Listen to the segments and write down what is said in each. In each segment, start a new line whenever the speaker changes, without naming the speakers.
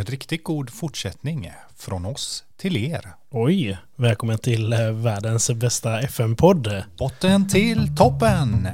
en riktigt god fortsättning från oss till er.
Oj, välkommen till världens bästa FM-podd.
Botten till toppen!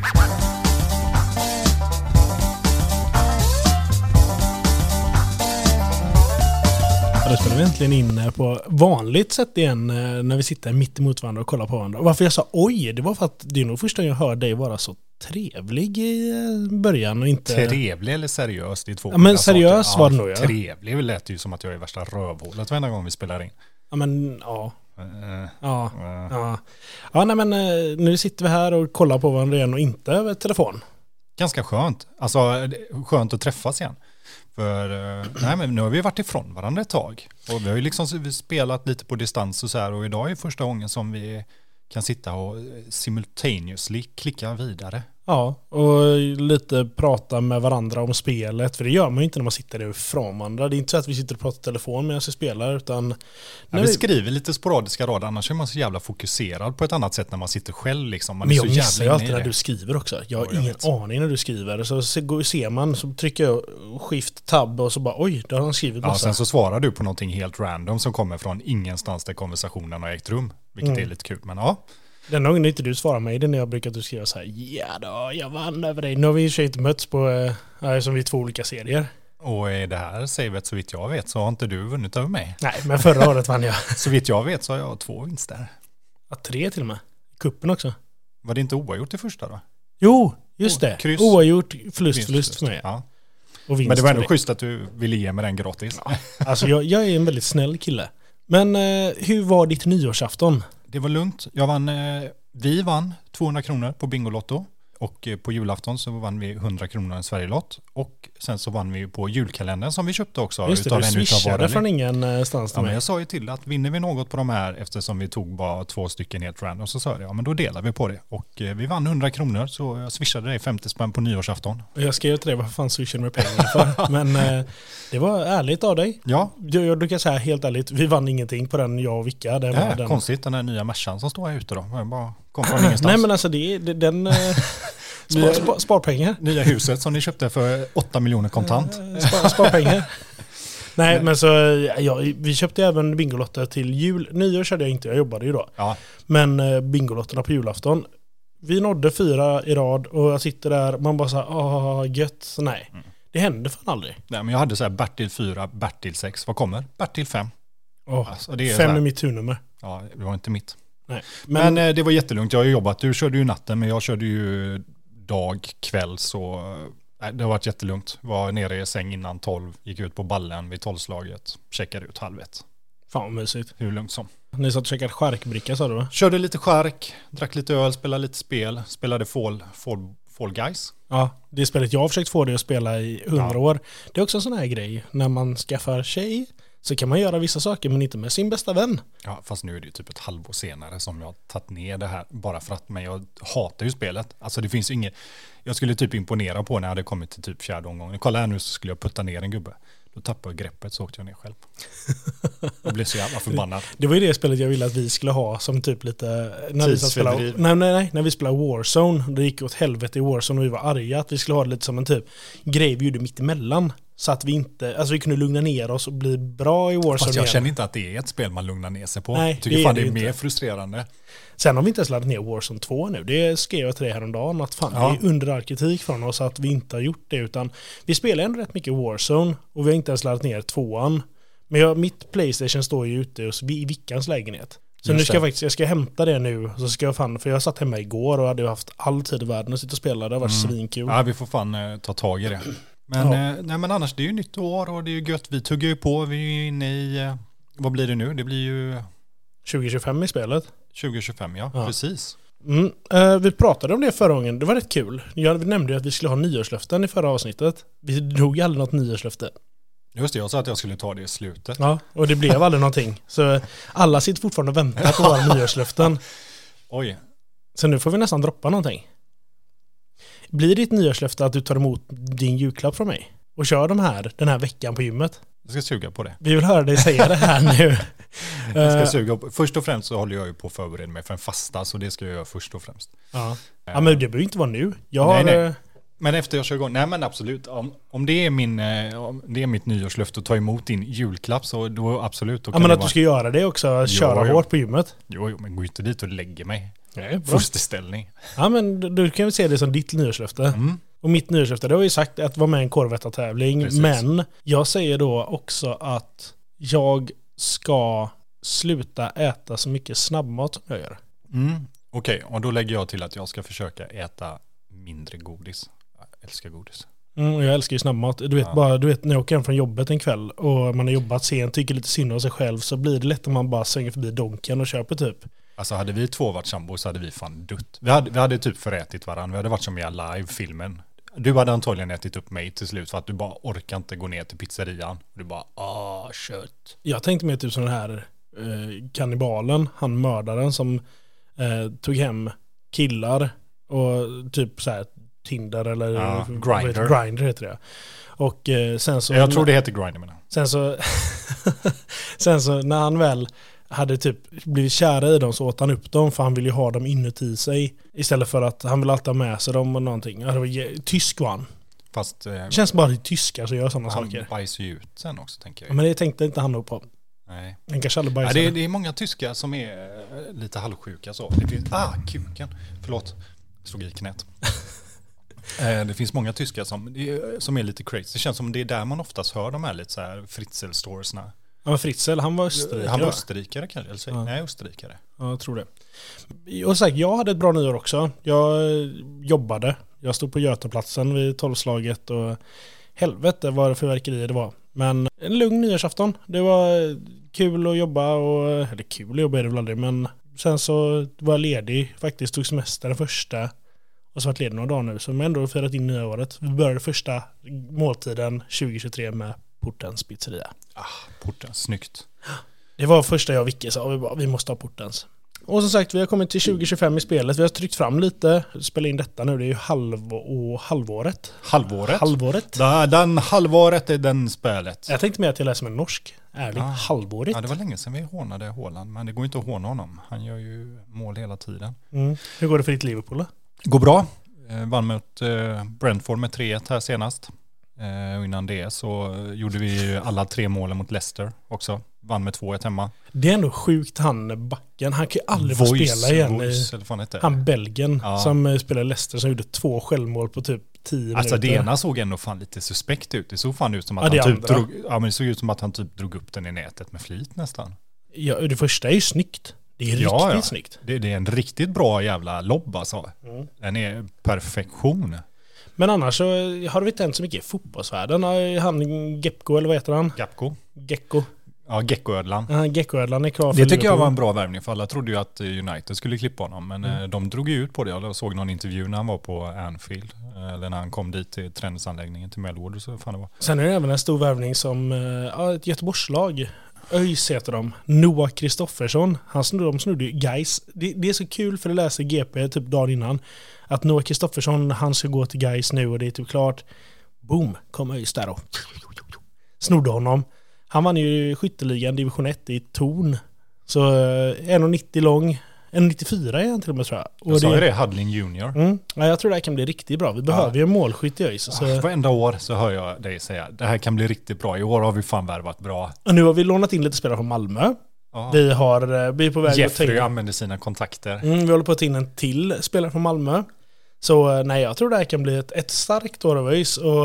Då spelar vi äntligen in på vanligt sätt igen när vi sitter mitt emot varandra och kollar på varandra. Och varför jag sa oj, det var för att det är nog första gången jag hör dig vara så trevlig i början och inte...
Trevlig eller seriös? Det är två
ja, men seriös
saker.
var det nog, ja.
Trevlig lät ju som att jag är värsta rövhålet varenda gång vi spelar in.
Ja, men ja. Ja, nej, men nu sitter vi här och kollar på varandra igen och inte över telefon.
Ganska skönt. Alltså, skönt att träffas igen. För nej, men nu har vi varit ifrån varandra ett tag. Och vi har ju liksom spelat lite på distans och så här. Och idag är första gången som vi kan sitta och simultaneously klicka vidare.
Ja, och lite prata med varandra om spelet. För det gör man ju inte när man sitter ifrån varandra. Det är inte så att vi sitter och pratar telefon medan vi spelar. Utan
vi skriver lite sporadiska rader. Annars är man så jävla fokuserad på ett annat sätt när man sitter själv. Liksom. Man
men
är
jag
så
missar ju
jävla
alltid när du skriver också. Jag har ingen aning när du skriver. Så ser man, så trycker jag skift tab och så bara oj, där har han skrivit massa.
Ja, sen så svarar du på någonting helt random som kommer från ingenstans där konversationen har ägt rum. Vilket är lite kul, men ja.
Den gången inte du svarar mig, det är när jag brukar skriva så här: ja då, jag vann över dig. Nu har vi ju inte mötts på, som vi är två olika serier.
Och i det här savet, så vitt jag vet, så har inte du vunnit över mig.
Nej, men förra året vann jag.
Så vitt jag vet så har jag 2 vinster.
Ja, 3 till och med. Kuppen också.
Var det inte oavgjort i första då?
Jo, just det.
Kryss.
Oavgjort, förlust för mig.
Ja.
Och vinst.
Men det var ändå schysst att du ville ge mig den gratis.
Ja. Alltså jag är en väldigt snäll kille. Men hur var ditt nyårsafton?
Det var lugnt. Vi vann 200 kronor på Bingolotto. Och på julafton så vann vi 100 kronor i Sverigelott. Och sen så vann vi på julkalendern som vi köpte också.
Just det, du swishade från ingenstans till mig.
Men jag sa ju till att vinner vi något på de här, eftersom vi tog bara 2 stycken helt random, så sa jag ja men då delar vi på det. Och vi vann 100 kronor så jag swishade dig 50 spänn på nyårsafton.
Jag skrev till dig vad fan swishade med pengar för. Men det var ärligt av dig.
Ja.
Du kan säga helt ärligt, vi vann ingenting på den, jag och Vicka. Det var den. Konstigt,
den här nya Mercan som står här ute då. Jag bara kom från ingenstans.
Nej men alltså den... Sparpengar.
Nya huset som ni köpte för 8 miljoner kontant.
Sparpengar. Nej, men så vi köpte även Bingolotter till jul. Nyår körde jag inte, jag jobbade ju då. Ja. Men Bingolotterna på julafton. Vi nådde 4 i rad och jag sitter där, man bara så här, gött. Så nej, det hände fan aldrig. Nej,
men jag hade så här Bertil 4, Bertil 6. Vad kommer? Bertil 5.
Alltså, det är 5 är mitt turnummer.
Ja, det var inte mitt.
Nej.
Men det var jättelugnt. Jag har ju jobbat. Du körde ju natten, men jag körde ju dag, kväll, så det har varit jättelugnt. Var nere i säng innan 12, gick ut på ballen vid 12-slaget, checkade ut 12:30.
Fan vad mysigt.
Hur lugnt som.
Ni satt och checkade skärkbricka, sa du va?
Körde lite skärk, drack lite öl, spelade lite spel, spelade Fall Guys.
Ja, det spelet jag har försökt få dig att spela i 100 år. Det är också en sån här grej, när man skaffar tjej så kan man göra vissa saker men inte med sin bästa vän.
Ja, fast nu är det ju typ ett halvår senare som jag har tagit ner det här bara för att, men jag hatar ju spelet. Alltså det finns inget, jag skulle typ imponera på när jag hade kommit till typ 4:e omgången. Kolla här nu, så skulle jag putta ner en gubbe. Då tappade jag greppet, så åkte jag ner själv. Jag blev så jävla förbannad.
Det var ju det spelet jag ville att vi skulle ha som typ lite... När vi spelade Warzone, det gick åt helvete i Warzone och vi var arga att vi skulle ha det lite som en typ grej vi gjorde mitt emellan. Så att vi inte, alltså vi kunde lugna ner oss och bli bra i Warzone.
Fast jag känner inte att det är ett spel man lugnar ner sig på.
Nej,
jag tycker fan det är mer frustrerande.
Sen har vi inte ens laddat ner Warzone 2 nu. Det skrev jag till dig häromdagen att fan, det är under all kritik från oss att vi inte har gjort det, utan vi spelar ändå rätt mycket Warzone och vi har inte ens laddat ner 2:an. Men mitt PlayStation står ju ute i Vickans lägenhet. Så nu ska jag ska hämta det nu, så ska jag fan, för jag satt hemma igår och hade haft all tid i världen att sitta och spela. Det har varit svinkul.
Ja, vi får fan ta tag i det. Men, nej, men annars, det är ju nytt år och det är ju gött. Vi tuggar ju på, vi är inne i, vad blir det nu? Det blir ju
2025 i spelet.
2025, ja. Precis.
Vi pratade om det förra gången, det var rätt kul. Vi nämnde ju att vi skulle ha nyårslöften i förra avsnittet. Vi drog aldrig något nyårslöfte.
Just det, jag sa att jag skulle ta det i slutet.
Ja, och det blev aldrig någonting. Så alla sitter fortfarande och väntar på våra nyårslöften.
Oj.
Så nu får vi nästan droppa någonting. Blir ditt nyårslöfte att du tar emot din julklapp från mig och kör den här veckan på gymmet?
Jag ska suga på det.
Vi vill höra dig säga det här nu.
Jag ska suga på. Först och främst så håller jag ju på att förbereda mig för en fasta, så det ska jag göra först och främst.
Ja, men det behöver inte vara nu. Jag har
Men efter jag kör igång, nej men absolut. Om det är om det är mitt nyårslöfte att ta emot din julklapp så då absolut. Då
ja, men att du ska göra det också, köra hårt på gymmet.
Jo, men gå inte dit och lägger mig.
Nej,
fosterställning.
Ja, men du kan väl se det som ditt nyårslöfte.
Mm.
Och mitt nyårslöfte, det har ju sagt att vara med i en korvvättartävling.
Precis.
Men jag säger då också att jag ska sluta äta så mycket snabbmat som jag gör.
Okej, och då lägger jag till att jag ska försöka äta mindre godis. Jag älskar godis.
Jag älskar ju snabbmat. Du vet när jag åker hem från jobbet en kväll och man har jobbat sent, tycker lite synd om sig själv, så blir det lätt om man bara svänger förbi Donken och köper typ.
Alltså hade vi 2 varit sambo så hade vi fan dött. Vi hade typ förätit varandra. Vi hade varit som i Alive-filmen. Du hade antagligen ätit upp mig till slut för att du bara orkar inte gå ner till pizzerian. Du bara, kött.
Jag tänkte mig typ sån här kannibalen, han mördaren som tog hem killar och typ så här Tinder eller Grindr heter det. Och sen så...
Jag tror det heter Grindr.
Sen så när han väl hade typ blivit kära i dem så åt han upp dem för han ville ju ha dem inuti sig istället för att han vill alltid ha med sig dem och någonting. Ja, det var tysk var han.
Fast
det känns bara att tyskar så gör sådana saker.
Han bajsar ju ut sen också, tänker jag.
Ja, men det tänkte inte han nog på.
Nej.
Han kanske aldrig bajsar.
Ja, det är många tyskar som är lite halvsjuka så. Det finns, kuken. Förlåt. Slog i knät. Det finns många tyskar som är lite crazy. Det känns som det är där man oftast hör de här lite så här Fritzl-storiesna.
Ja, men Fritzl, han var österrikare.
Han var österrikare kanske, eller nej, österrikare.
Ja, jag tror det. Och sagt, jag hade ett bra nyår också. Jag jobbade. Jag stod på Götaplatsen vid 12-slaget och helvete vad det fyrverkerier det var. Men en lugn nyårsafton. Det var kul att jobba eller kul att jobba är det väl aldrig, men sen så var jag ledig. Faktiskt tog semester den första och så varit ledig några dagar nu. Så jag har ändå firat in nya året. Vi började första måltiden 2023 med Portens pizzeria.
Portens, snyggt.
Det var första jag och Vicke sa, vi måste ha Portens. Och som sagt, vi har kommit till 2025 i spelet. Vi har tryckt fram lite, spelar in detta nu, det är ju halvåret.
Halvåret? Den halvåret är den spelet.
Jag tänkte mer att jag läser med norsk. Ärligt, halvåret.
Ja, det var länge sedan vi hånade Haaland, men det går inte att håna honom. Han gör ju mål hela tiden.
Hur går det för ditt Liverpool då?
Går bra. Vann mot Brentford med 3-1 här senast. Och innan det så gjorde vi alla 3 målen mot Leicester också. Vann med 2-1 hemma.
Det är ändå sjukt, han backen. Han kan ju aldrig få spela igen. Han Belgien som spelar Leicester som gjorde 2 självmål på typ 10 minuter.
Alltså det ena såg ändå fan lite suspekt ut. Det såg fan ut som att men det såg ut som att han typ drog upp den i nätet med flit nästan. Ja,
det första är ju snyggt. Det är riktigt snyggt.
Det är en riktigt bra jävla lobb alltså. Den är perfektion.
Men annars så har det inte hänt så mycket i fotbollsvärlden. Han Gepko, eller vad heter han? Gecko.
Ja, Geckoödlan.
Geckoödlan är klar.
Det tycker jag var en bra värvning, för alla trodde ju att United skulle klippa honom. Men de drog ju ut på det. Jag såg någon intervju när han var på Anfield. Eller när han kom dit till träningsanläggningen till Melwood. Så fan det var.
Sen är det även en stor värvning som ett Göteborgslag. ÖIS heter de. Noah Kristoffersson. De snodde ju Gais. Det är så kul, för det läser GP typ dagen innan. Att Noah Kristoffersson, han ska gå till Gais nu och det är typ klart. Boom, kom ÖIS där då. Snodde honom. Han vann ju skytteligan division 1 i Torn. Så 1,90 lång. 1,94 är han till och med, tror jag.
Jag sa ju det, Hudling Junior.
Ja, jag tror det här kan bli riktigt bra. Vi behöver ju en målskytt i ÖIS.
Varenda år så hör jag dig säga, det här kan bli riktigt bra. I år har vi fan värvat bra.
Och nu har vi lånat in lite spelare från Malmö. Ja. Vi är på väg
Jeffrey att använder sina kontakter.
Vi håller på att ta in en till spelare från Malmö. Så nej, jag tror det här kan bli ett starkt år av ÖIS. Och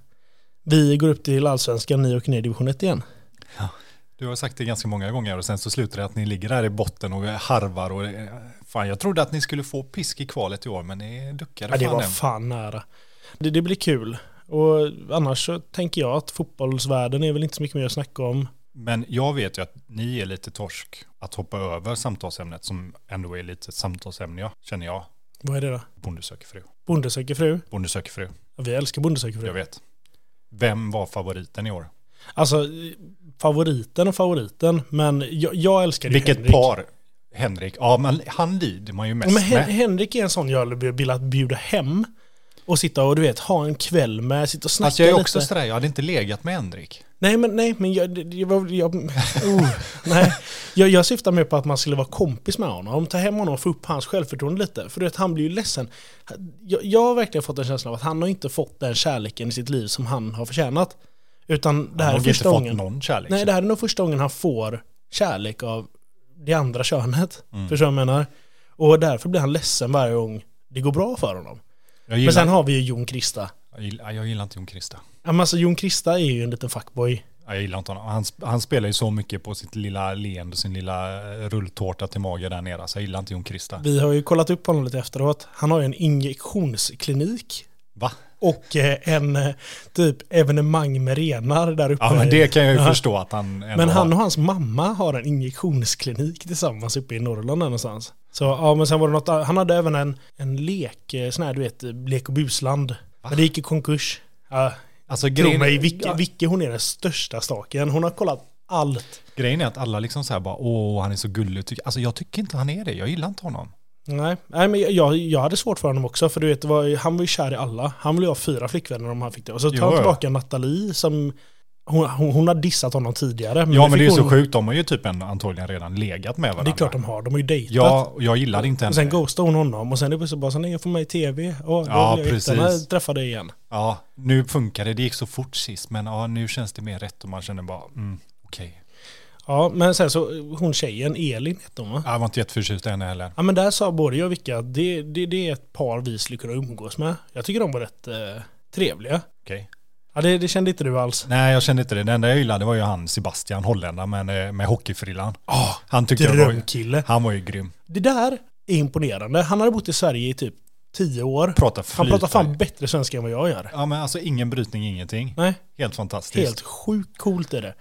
vi går upp till Allsvenskan, ni och ner division 1 igen.
Ja. Du har sagt det ganska många gånger och sen så slutar det att ni ligger där i botten och harvar. Och fan, jag trodde att ni skulle få pisk i kvalet i år, men ni duckade.
Ja, det var fan nära. Det blir kul. Och annars så tänker jag att fotbollsvärlden är väl inte så mycket mer att snacka om.
Men jag vet ju att ni är lite torsk att hoppa över samtalsämnet som ändå är lite samtalsämne, känner jag.
Vad är det då?
Bonde söker fru.
Bonde söker fru?
Bonde söker fru.
Ja, vi älskar Bonde söker fru.
Jag vet. Vem var favoriten i år?
Alltså, favoriten, men jag älskar ju
Henrik.
Vilket
par? Henrik. Ja, men han lider man ju mest med.
Henrik är en sån jag vill bjuda hem och sitta och ha en kväll med, sitta och snacka
alltså jag är
lite.
också sådär, jag hade inte legat med Henrik.
Nej, men nej. Jag syftar mer på att man skulle vara kompis med honom. Ta hem honom och få upp hans självförtroende lite. För att han blir ju ledsen. Jag har verkligen fått en känsla av att han har inte fått den kärleken i sitt liv som han har förtjänat. Utan det här är första gången.
Någon kärlek.
Nej, det här är nog första gången han får kärlek av det andra könet. Förstår jag menar? Och därför blir han ledsen varje gång det går bra för honom. Men sen har vi ju Jon Krista.
Jag gillar inte Jon Krista.
Ja, men alltså Jon Krista är ju en liten fuckboy.
Jag gillar inte honom. Han spelar ju så mycket på sitt lilla leende, sin lilla rulltårta till mage där nere. Så jag gillar inte Jon Krista.
Vi har ju kollat upp honom lite efteråt. Han har ju en injektionsklinik.
Va?
Och en typ evenemang med renar där uppe.
Ja, men det kan jag ju förstå att han...
Men han och hans mamma har en injektionsklinik tillsammans uppe i Norrland någonstans. Så ja, men sen var det något... Han hade även en lek, sån här, du vet, lek och busland. Va? Men det gick i konkurs. Ja,
alltså,
tro mig, Vicky, hon är den största staken. Hon har kollat allt.
Grejen är att alla liksom så här bara, han är så gullig. Alltså jag tycker inte han är det. Jag gillar inte honom.
Nej, men jag hade svårt för honom också. För du vet, han var ju kär i alla. Han ville ha 4 flickvänner om han fick det. Och så tar han tillbaka Nathalie som... Hon har dissat honom tidigare.
Men men det är så sjukt. De har ju typ antagligen redan legat med varandra.
Det är klart de har. De har ju dejtat.
Ja, jag gillade inte henne.
Och sen ghostade hon honom. Och sen är det så bara så, nej, jag får mig i tv. Och
ja, precis.
Träffa dig igen.
Ja, nu funkar det. Det gick så fort sist. Men ja, nu känns det mer rätt. Och man känner bara, okej.
Ja, men sen så hon tjejen, Elin heter hon, va?
Jag var inte jätteförtjust i henne heller.
Ja, men där sa både jag och Vicka att det är ett par vi skulle kunna umgås med. Jag tycker de var rätt trevliga.
Okej.
Ja, det kände inte du alls.
Nej, jag kände inte det. Det enda jag gillade var ju han Sebastian, holländaren med hockeyfrillan.
Han tyckte drömkille.
Han var ju grym.
Det där är imponerande. Han hade bott i Sverige i typ 10 år. Han pratar fan bättre svenska än vad jag gör.
Ja, men alltså ingen brytning, ingenting.
Nej.
Helt fantastiskt.
Helt sjukt coolt är det.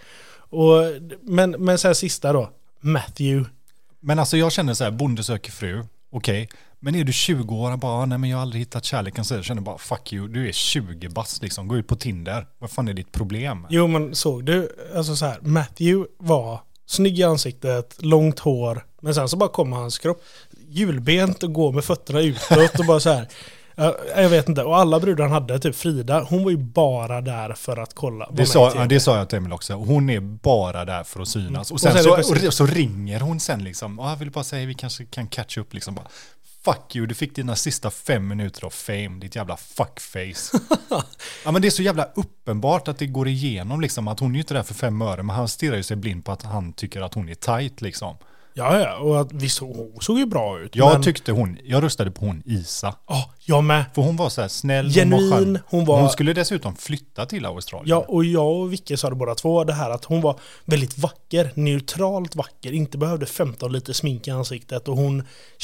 Men så här sista då. Matthew.
Men alltså jag känner så här, bonde söker fru. Okej. Men är du 20 år och bara, nej men jag har aldrig hittat kärleken, så jag känner bara, fuck you, du är 20 bast liksom, gå ut på Tinder. Vad fan är ditt problem?
Jo, men såg du, alltså så här, Matthew var snygg i ansiktet, långt hår, men sen så bara kom hans kropp hjulbent och går med fötterna utåt och bara så här. Jag vet inte, och alla brudar han hade, typ Frida, hon var ju bara där för att kolla. Det
sa jag till Emil också. Hon är bara där för att synas. Och sen så ringer hon sen liksom. Jag vill bara säga, vi kanske kan catch upp liksom bara. Fuck you, du fick dina sista 5 minuter av fame, ditt jävla fuckface. Ja, men det är så jävla uppenbart att det går igenom liksom, att hon är ju inte där för 5 öre, men han stirrar ju sig blind på att han tycker att hon är tight liksom.
Ja, och att hon såg ju bra ut.
Jag röstade på hon Isa.
Jag med.
För hon var så här snäll.
Genuin.
Hon skulle dessutom flytta till Australien.
Ja, och jag och Vicke sa det båda två, det här att hon var väldigt vacker, neutralt vacker, inte behövde 15 liter smink i ansiktet, och hon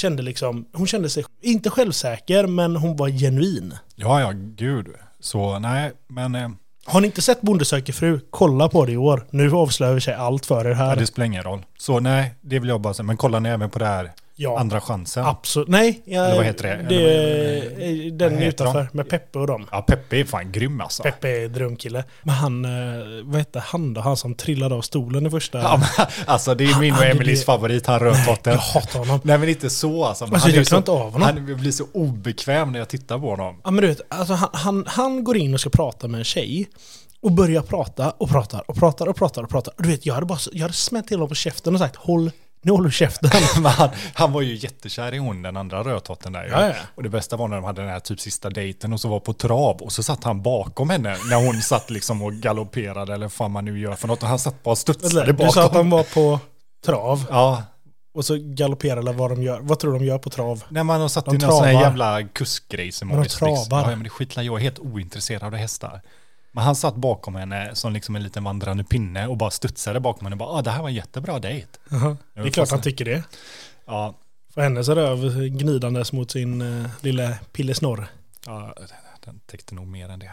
kände sig inte självsäker, men hon var genuin.
Ja, gud. Så nej, men...
Har ni inte sett Bonde söker fru? Kolla på det i år. Nu avslöjar vi sig allt för er här.
Ja, det spelar ingen roll. Så nej, det vill jag bara säga. Men kolla ni även på det här andra chansen.
Absolut. Nej.
Eller vad heter det?
Den utanför med Peppe och dem.
Ja, Peppe är fan grym alltså.
Peppe är drömkille. Men han, vad heter han då? Han som trillade av stolen i första...
Ja, men, alltså det är min och Emelies favorit, han rödtotten.
Jag hatar honom.
Nej, men inte så alltså.
Men jag klarar inte av honom.
Han blir så obekväm när jag tittar på honom.
Ja, men du vet, alltså han går in och ska prata med en tjej. Och börjar prata och pratar. Du vet, jag hade smält till honom på käften och sagt, nu håller du käften.
han var ju jättekär i hon, den andra rödtotten där.
Ja.
Och det bästa var när de hade den här typ sista dejten och så var på trav. Och så satt han bakom henne när hon satt liksom och galopperade eller vad man nu gör för något. Och han satt bara och studsade bakom.
Du sa att han var på trav.
Ja.
Och så galopperar eller vad de gör. Vad tror de gör på trav?
Nej, man har satt i någon sån här jävla kuskgrej som
de travar.
Ja, men det skitlar, jag är helt ointresserad av hästar. Men han satt bakom henne som liksom en liten vandrande pinne och bara studsade bakom henne och bara, det här var en jättebra dejt.
Det är klart han tycker det.
Ja.
För hennes röv gnidandes mot sin lilla pillesnorr.
Ja, den täckte nog mer än det.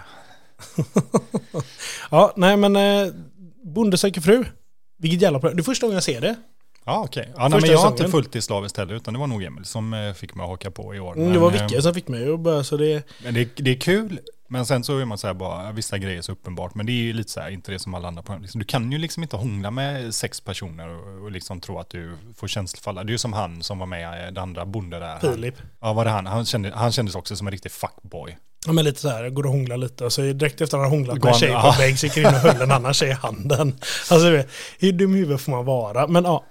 Ja, nej men Bonde söker fru. Vilket jävla program. Det är första gången jag ser det.
Ja, okej. Ja, men jag har inte fullt i slaviskt heller, utan det var nog Emil som fick mig att haka på i år.
Det var Vicke som fick mig att börja, så det...
Men det är kul. Men sen så är man så här bara, vissa grejer är så uppenbart. Men det är ju lite så här, inte det som alla andra program. Du kan ju liksom inte hångla med 6 personer och liksom tro att du får känslofalla. Det är ju som han som var med, den andra bonde där.
Filip.
Ja, var det han? Han kändes också som en riktig fuckboy.
Ja, men lite så här, går och hångla lite. Och så direkt efter att han har hånglat med en tjej på väg så gick in och höll en annan tjej i handen. Alltså, hur dum huvud får man vara? Men ja,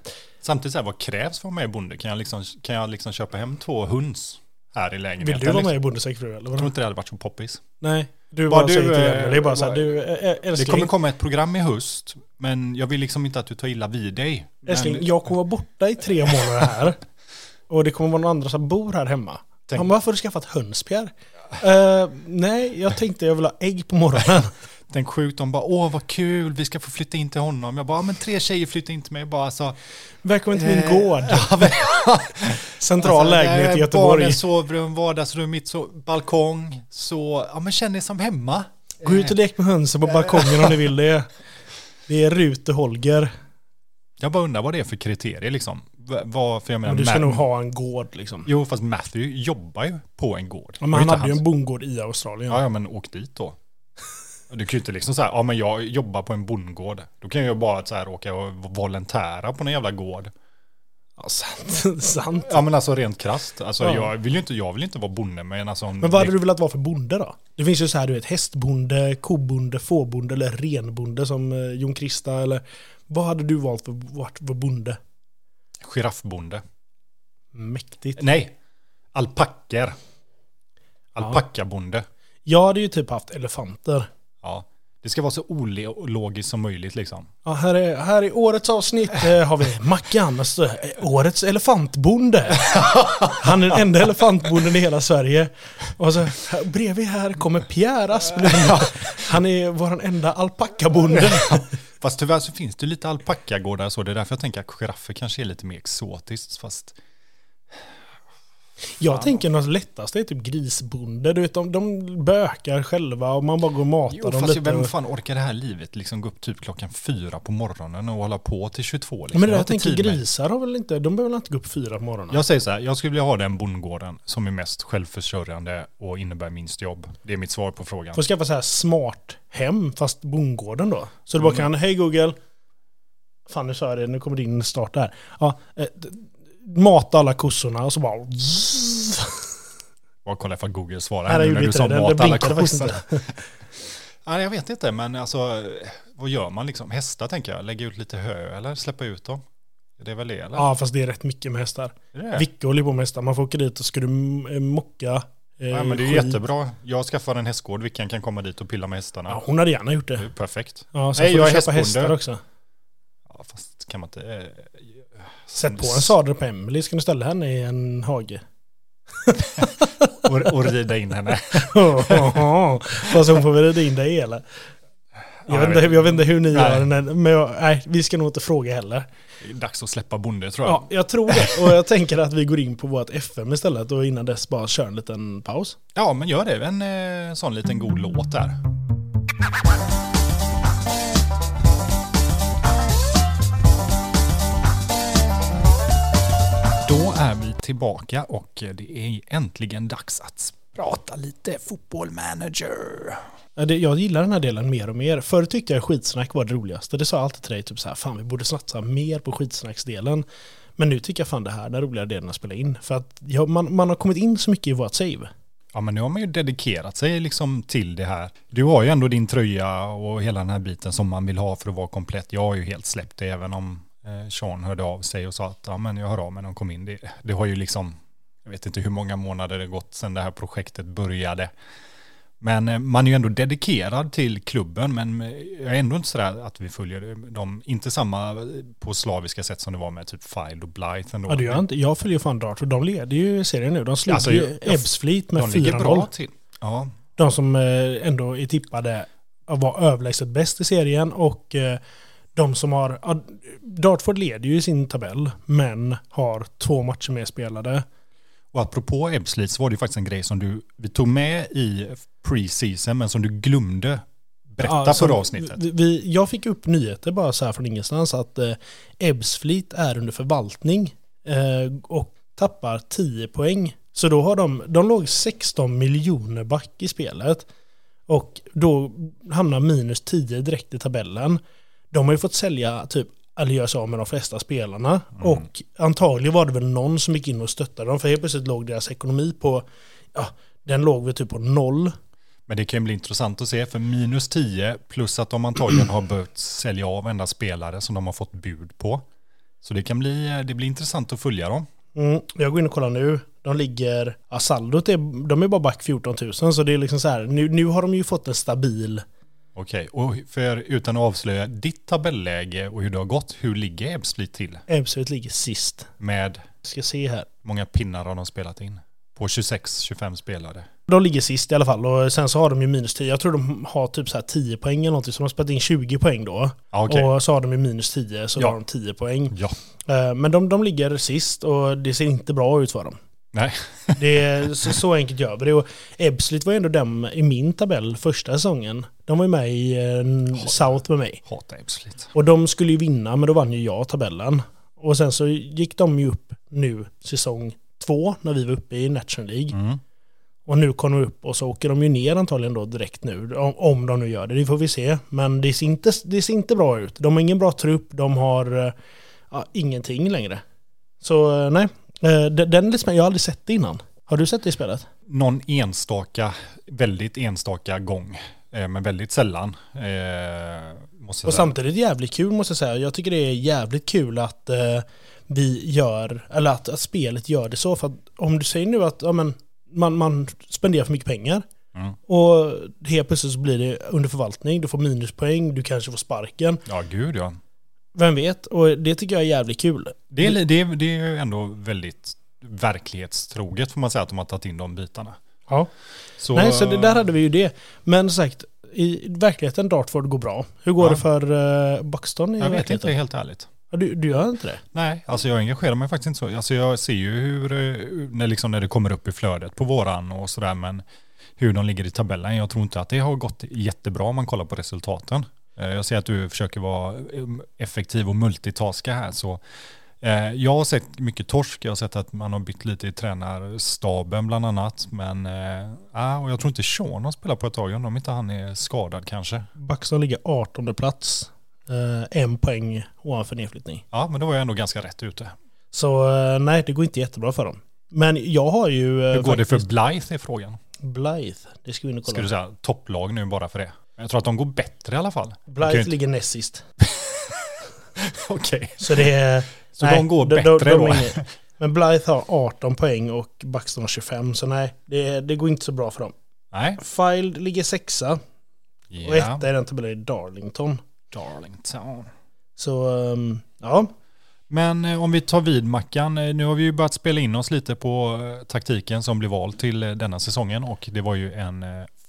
Samtidigt så här, vad krävs för att vara med i bonde? Kan jag liksom köpa hem 2 höns här i lägenheten?
Vill du vara med i bondesäckfru eller?
Jag tror inte det hade varit så poppis.
Nej, du bara säger till det. Det är bara så här, du älskling.
Det kommer komma ett program i höst, men jag vill liksom inte att du tar illa vid dig.
Älskling, jag kommer vara borta i 3 månader här. Och det kommer vara några andra som bor här hemma. Han bara, varför har du skaffat höns, Pierre? Nej, jag tänkte jag vill ha ägg på morgonen.
Tänk sjukt, de bara, åh vad kul, vi ska få flytta in till honom. Jag bara, men 3 tjejer flyttar in till mig. Bara, alltså,
välkommen till min gård. Central lägenhet i Göteborg.
Barnen, sovrum, vardagsrum, mitt balkong. Så, ja men känn er som hemma.
Gå ut och lek med hönsen på balkongen om ni vill det. Det är Rute Holger.
Jag bara undrar vad det är för kriterier liksom. För jag menar,
du ska nog ha en gård liksom.
Jo, fast Matthew jobbar ju på en gård.
Men han hade ju en bondgård i Australien.
Ja, men åk dit då. Du kan ju inte liksom så här, ja men jag jobbar på en bondgård. Då kan jag ju bara så här åka och volontära på en jävla gård.
Ja, sant.
Ja men alltså rent krasst. Alltså jag vill ju inte vara bonde men alltså.
Men vad hade du velat vara för bonde då? Det finns ju så här, du vet, hästbonde, kobonde, fårbonde eller renbonde som Jon Krista eller vad hade du valt för bonde?
Giraffbonde.
Mäktigt.
Nej. Alpacker. Alpackabonde.
Jag hade ju typ haft elefanter.
Ja. Det ska vara så ologiskt som möjligt liksom.
Ja, här i årets avsnitt har vi Mackan, alltså, årets elefantbonde. Han är den enda elefantbonden i hela Sverige. Och så bredvid här kommer Pierre Asplund. Han är vår enda alpackabonde.
Fast tyvärr så finns det lite alpackagårdar så. Det är därför jag tänker att giraffer kanske är lite mer exotiskt fast...
Jag tänker något lättast är typ grisbonde. Du vet, de bökar själva och man bara går och matar dem
fast
lite.
Vem fan orkar det här livet? Liksom gå upp typ 4:00 på morgonen och hålla på till 22. Liksom.
Men jag tänker grisar har väl inte, de behöver inte gå upp 4 på morgonen.
Jag säger så här, jag skulle vilja ha den bondgården som är mest självförsörjande och innebär minst jobb. Det är mitt svar på frågan.
Får skaffa så här smart hem fast bondgården då. Så du bara kan, hej Google. Fan nu sa jag det, nu kommer din start där. Ja, mata alla kossorna och så bara...
Vad kollar jag för Google svarar här nu när du sa mata alla kossorna. Ja, jag vet inte, men alltså vad gör man liksom? Hästar tänker jag, lägga ut lite hö eller släppa ut dem? Det är väl det eller?
Ja, fast det är rätt mycket med hästar. Vicke håller på med hästar, man får åka dit och ska du mocka.
Ja, men det är jättebra. Jag skaffar en hästgård, Vickan kan komma dit och pilla med hästarna.
Ja, hon hade gärna gjort det.
Det är perfekt.
Ja, så får jag köpa hästar också.
Ja, fast kan man inte...
Sätt på en sadel på Emily, ska du ställa henne i en hage?
och rida in henne.
Fast hon får väl rida in dig eller? Jag vet inte hur ni gör den, men vi ska nog inte fråga heller.
Det är dags att släppa bonde tror jag.
Ja, jag tror det. Och jag tänker att vi går in på vårt FM istället och innan dess bara kör en liten paus.
Ja, men gör det. En sån liten god låt där. Då är vi tillbaka och det är äntligen dags att prata lite fotbollmanager.
Jag gillar den här delen mer och mer. Förr tyckte jag skitsnack var det roligaste. Det sa jag alltid till dig, typ så här, fan vi borde satsa mer på skitsnacksdelen. Men nu tycker jag fan det här är den roliga delen att spela in. För att man har kommit in så mycket i vårt save.
Ja, men nu har man ju dedikerat sig liksom till det här. Du har ju ändå din tröja och hela den här biten som man vill ha för att vara komplett. Jag har ju helt släppt det även om Sean hörde av sig och sa att ja, men jag hör av mig när de kom in. Det har ju liksom, jag vet inte hur många månader det gått sedan det här projektet började. Men man är ju ändå dedikerad till klubben, men jag är ändå inte sådär att vi följer dem, inte samma på slaviska sätt som det var med typ File och Blythe ändå.
Ja, det gör inte. Jag följer fan Dart och de leder ju serien nu. De slog alltså, ju Ebbsfleet med 4-0.
De ligger bra till. Ja.
De som ändå är tippade att vara överlägset bäst i serien och de som har... Dartford leder ju i sin tabell, men har 2 matcher mer spelade.
Och apropå Ebbsfleet så var det ju faktiskt en grej som vi tog med i pre-season men som du glömde berätta för avsnittet.
Jag fick upp nyheter bara så här från ingenstans att Ebbsfleet är under förvaltning och tappar 10 poäng. Så då har de låg 16 miljoner back i spelet och då hamnar minus 10 direkt i tabellen. De har ju fått sälja typ eller göra sig av med de flesta spelarna. Och antagligen var det väl någon som gick in och stöttade dem. För helt plötsligt låg deras ekonomi på, den låg väl typ på 0.
Men det kan ju bli intressant att se, för minus 10 plus att de antagligen har behövt sälja av enda spelare som de har fått bud på. Så det blir intressant att följa dem.
Jag går in och kollar nu. De ligger, saldot de är bara back 14 000, så det är liksom så här, nu har de ju fått en stabil.
Okej, och utan att avslöja ditt tabelläge och hur det har gått, hur ligger Ebbsfleet till?
Ebbsfleet ligger sist.
Med?
Ska se här.
Många pinnar har de spelat in? På 26-25 spelare.
De ligger sist i alla fall, och sen så har de ju minus 10. Jag tror de har typ så här 10 poäng eller någonting, så de har spelat in 20 poäng då.
Okay.
Och så har de ju minus 10, så har de 10 poäng.
Ja.
Men de ligger sist, och det ser inte bra ut för dem.
Nej.
Det är så enkelt gör vi det. Och Ebbsfleet var ändå dem i min tabell första säsongen. De var ju med i South med mig.
Hatar Ebbsfleet.
Och de skulle ju vinna, men då vann ju jag tabellen. Och sen så gick de ju upp nu säsong 2 när vi var uppe i National League. Och nu kommer de upp, och så åker de ju ner antagligen då direkt nu. Om de nu gör det, det får vi se. Men det ser inte bra ut. De har ingen bra trupp, de har ingenting längre. Så nej. Den liksom, jag har aldrig sett det innan. Har du sett det i spelet?
Någon väldigt enstaka gång. Men väldigt sällan.
Och samtidigt jävligt kul, måste jag säga. Jag tycker det är jävligt kul att vi gör, eller att spelet gör det så. För att om du säger nu att man spenderar för mycket pengar, och helt plötsligt så blir det under förvaltning, du får minuspoäng, du kanske får sparken.
Ja, gud ja.
Vem vet? Och det tycker jag är jävligt kul.
Det är ju ändå väldigt verklighetstroget, får man säga, att de har tagit in de bitarna.
Ja. Så det där hade vi ju det. Men sagt, i verkligheten Dartford går bra. Hur går det för Buxton?
Jag vet inte, helt ärligt.
Ja, du gör inte det?
Nej, alltså jag engagerar mig faktiskt inte så. Alltså jag ser ju hur när det kommer upp i flödet på våran och sådär, men hur de ligger i tabellen. Jag tror inte att det har gått jättebra om man kollar på resultaten. Jag ser att du försöker vara effektiv och multitaska här, så jag har sett mycket torsk. Jag har sett att man har bytt lite i tränarstaben bland annat, men och jag tror inte Sean har spelat på ett tag, om inte han är skadad kanske.
Buxton ligger 18:e plats, 1 poäng ovanför nedflyttning.
Ja, men då var jag ändå ganska rätt ute.
Så nej, det går inte jättebra för dem. Men jag har ju...
Hur går det för Blythe, är frågan?
Blythe, det ska vi nu kolla.
Ska du säga topplag nu bara för det? Jag tror att de går bättre i alla fall.
Blythe ligger näst sist.
Okej.
Så det är...
Så nej, de går bättre då.
Men Blythe har 18 poäng och Buxton har 25. Så nej, det går inte så bra för dem.
Nej.
Fylde ligger 6:a. Yeah. Och 1:a är den tabellen Darlington. Så, ja.
Men om vi tar vid, Mackan, nu har vi ju börjat spela in oss lite på taktiken som blev vald till denna säsongen, och det var ju en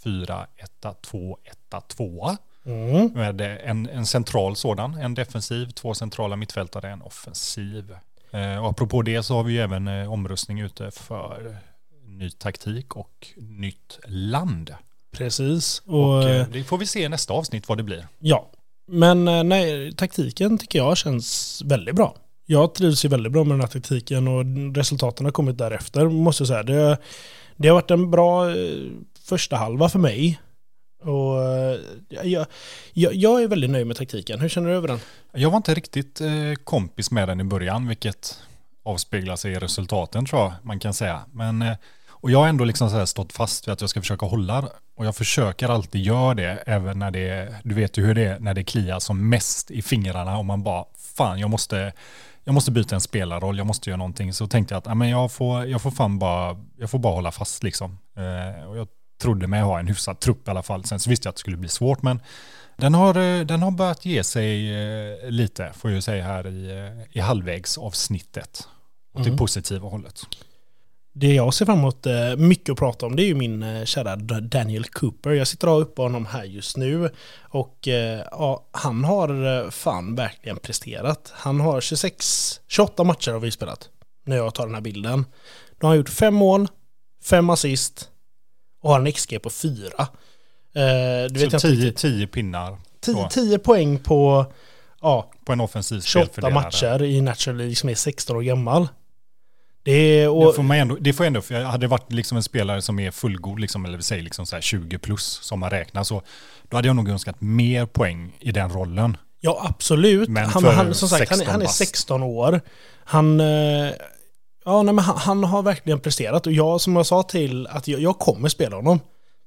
4-1-2-1-2 med en central sådan, en defensiv, 2 centrala mittfältare, en offensiv. Och apropå det så har vi ju även omröstning ute för ny taktik och nytt land.
Precis.
Och det får vi se i nästa avsnitt vad det blir.
Ja, men nej, taktiken tycker jag känns väldigt bra. Jag trivs ju väldigt bra med den här taktiken, och resultaten har kommit därefter, måste jag säga. Det har varit en bra första halva för mig. Och jag är väldigt nöjd med taktiken. Hur känner du över den? Jag
var inte riktigt kompis med den i början, vilket avspeglar sig i resultaten, tror jag man kan säga. Och jag har ändå liksom så här stått fast vid att jag ska försöka hålla, och jag försöker alltid göra det, även när du vet ju hur det är när det kliar som mest i fingrarna och man bara, fan, jag måste byta en spelarroll, jag måste göra någonting. Så tänkte jag att jag får bara hålla fast liksom. Och jag trodde mig ha en hyfsad trupp i alla fall. Sen så visste jag att det skulle bli svårt, men den har börjat ge sig lite, får jag säga, här i halvvägsavsnittet. Och till positiva hållet.
Det jag ser fram emot mycket att prata om, det är ju min kära Daniel Cooper. Jag sitter och har uppe honom här just nu. Och han har fan verkligen presterat. Han har 28 matcher har vi spelat när jag tar den här bilden. Då har han gjort 5 mål, 5 assist och har en XG på 4.
Så 10 pinnar.
10 poäng på
en offensiv
28 matcher i National League som är 16 år gammal.
Det får ändå, för jag hade varit liksom en spelare som är fullgod, liksom, eller vi säger liksom så här 20 plus som man räknar, så då hade jag nog önskat mer poäng i den rollen.
Ja, absolut.
Men
han som sagt, han är 16 år. Han har verkligen presterat, och jag, som jag sa till, att jag kommer spela honom.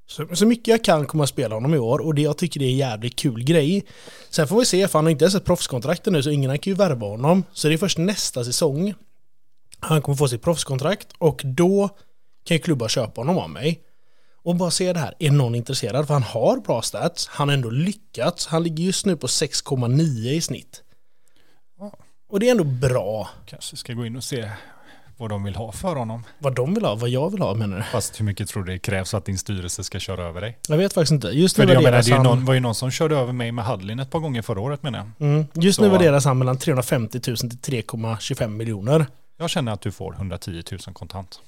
Så mycket jag kan kommer att spela honom i år, och det jag tycker det är en jävligt kul grej. Sen får vi se, för han har inte ens ett proffskontrakt nu, så ingen kan ju värva honom. Så det är först nästa säsong han kommer få sitt proffskontrakt, och då kan ju klubbar köpa honom av mig. Och bara se det här, är någon intresserad? För han har bra stats, han har ändå lyckats. Han ligger just nu på 6,9 i snitt. Och det är ändå bra.
Kanske ska gå in och se vad de vill ha för honom.
Vad de vill ha, vad jag vill ha, menar du?
Fast hur mycket tror du det krävs att din styrelse ska köra över dig?
Jag vet faktiskt inte. Just nu
var ju någon som körde över mig med Hadlin ett par gånger förra året, menar jag.
Just nu värderas han mellan 350 000 till 3,25 miljoner.
Jag känner att du får 110 000 kontant.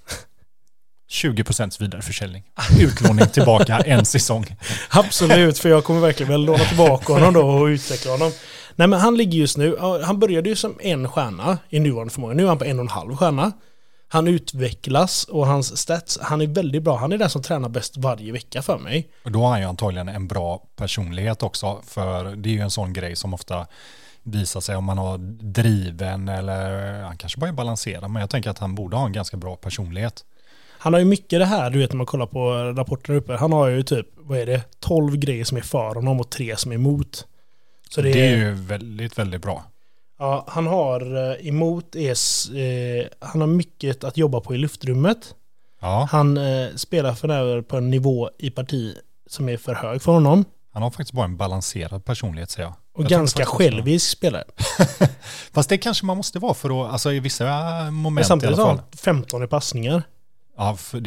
20% vidareförsäljning. Utlåning tillbaka en säsong.
Absolut, för jag kommer verkligen väl låna tillbaka honom då och utveckla honom. Nej, men han ligger just nu, han började ju som 1 stjärna i nuvarande förmåga. Nu är han på 1,5 stjärna. Han utvecklas och hans stats, han är väldigt bra. Han är den som tränar bäst varje vecka för mig.
Och då har han ju antagligen en bra personlighet också, för det är ju en sån grej som ofta visar sig om man har driven, eller han kanske bara är balanserad, men jag tänker att han borde ha en ganska bra personlighet.
Han har ju mycket det här, du vet, när man kollar på rapporter uppe. Han har ju typ, 12 grejer som är för honom och 3 som är emot. Så
det är ju väldigt, väldigt bra.
Ja, han har emot han har mycket att jobba på i luftrummet.
Ja.
Han spelar för närvarande på en nivå i parti som är för hög för honom.
Han har faktiskt bara en balanserad personlighet, säger jag.
Och ganska självisk spelare.
Fast det kanske man måste vara för att, alltså i vissa moment
men samtidigt
i alla fall.
15 i passningar.
Ja, för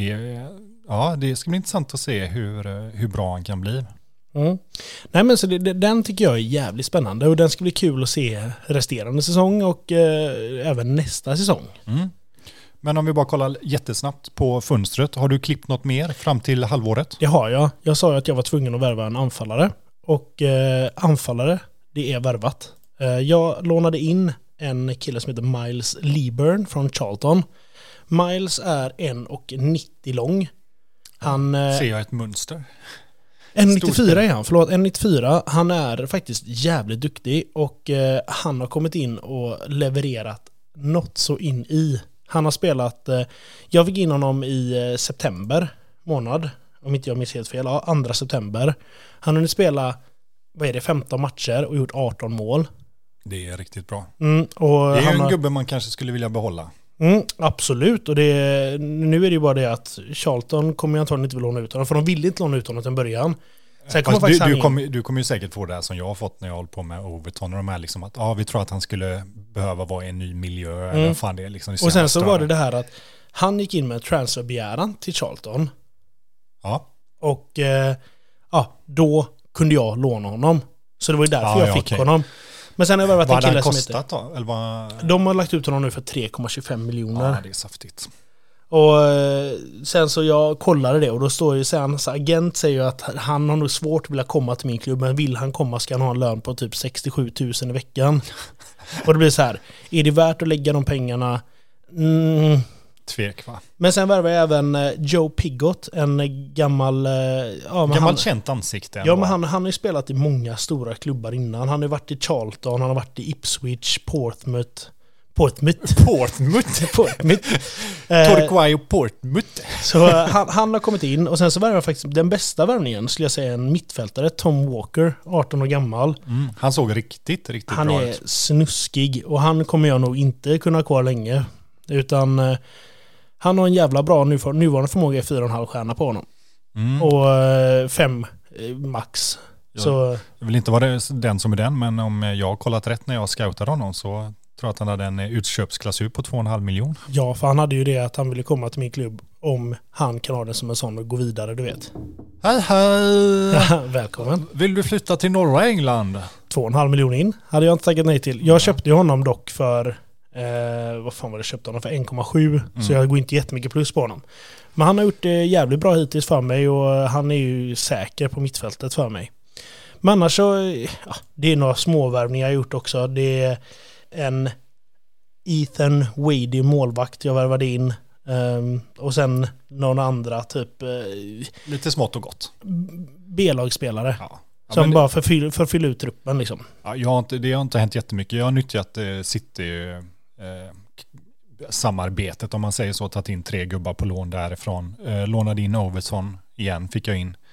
det ska bli intressant att se hur bra han kan bli.
Nej, men så den tycker jag är jävligt spännande, och den ska bli kul att se resterande säsong och även nästa säsong.
Men om vi bara kollar jättesnabbt på fönstret, har du klippt något mer fram till halvåret?
Det har jag. Jag sa ju att jag var tvungen att värva en anfallare, och anfallare, det är värvat. Jag lånade in en kille som heter Miles Leburn från Charlton. Miles är 1,90 lång. Han
ser jag ett mönster.
1,94 är han, 1,94. Han är faktiskt jävligt duktig, och han har kommit in och levererat något så in i. Han har spelat, jag fick in honom i september månad, om inte jag minns helt fel, 2 september. Han har nu spelat, 15 matcher och gjort 18 mål.
Det är riktigt bra.
Och
det är ju en gubbe man kanske skulle vilja behålla.
Absolut, och nu är det ju bara det att Charlton kommer jag antagligen inte vilja låna ut honom, för de ville inte låna ut honom till en början.
Du kommer ju säkert få det här som jag har fått när jag håller på med Overton och de här, liksom att vi tror att han skulle behöva vara i en ny miljö eller fan det liksom.
Och sen så var det här att han gick in med en transferbegäran till Charlton.
Ja.
Och då kunde jag låna honom. Så det var ju därför jag fick honom. Men sen har jag varit en kille som
kostat då? Eller vad?
De har lagt ut honom nu för 3,25 miljoner.
Ja, det är saftigt.
Och sen så jag kollade det, och då står ju sen, så agent säger ju att han har nog svårt att vilja komma till min klubb, men vill han komma ska han ha en lön på typ 67 000 i veckan. Och det blir så här, är det värt att lägga de pengarna?
Tvek, va?
Men sen värvar jag även Joe Pigott, en gammal
känt ansikte.
Ja, men han har ju spelat i många stora klubbar innan. Han har varit i Charlton, han har varit i Ipswich, Portsmouth.
Torquay och Portsmouth.
Så han har kommit in, och sen så värvar faktiskt den bästa värvningen, skulle jag säga, en mittfältare, Tom Walker, 18 år gammal.
Han såg riktigt bra ut.
Han är snuskig, och han kommer jag nog inte kunna ha kvar länge, utan han har en jävla bra nuvarande förmåga i 4,5 stjärna på honom. Och 5 max. Så
jag vill inte vara den som är den, men om jag har kollat rätt när jag scoutade honom, så tror jag att han hade en utköpsklausul på 2,5 miljoner.
Ja, för han hade ju det att han ville komma till min klubb om han kan ha den som en sån och gå vidare, du vet.
Hej!
Välkommen.
Vill du flytta till norra England?
2,5 miljoner in hade jag inte tackat nej till. Jag köpte ju honom dock för vad fan var det, köpte honom för 1,7, så jag går inte jättemycket plus på honom. Men han har gjort det jävligt bra hittills för mig, och han är ju säker på mittfältet för mig. Men annars så, det är några småvärvningar jag gjort också. Det är en Ethan Wadey målvakt jag värvade in, och sen någon andra typ
lite smått och gott
B-lagsspelare. Som bara förfylla ut truppen liksom.
Ja, det har inte hänt jättemycket. Jag har nyttjat City samarbetet, om man säger så, tagit in 3 gubbar på lån därifrån. Lånade in Overton igen, fick jag in.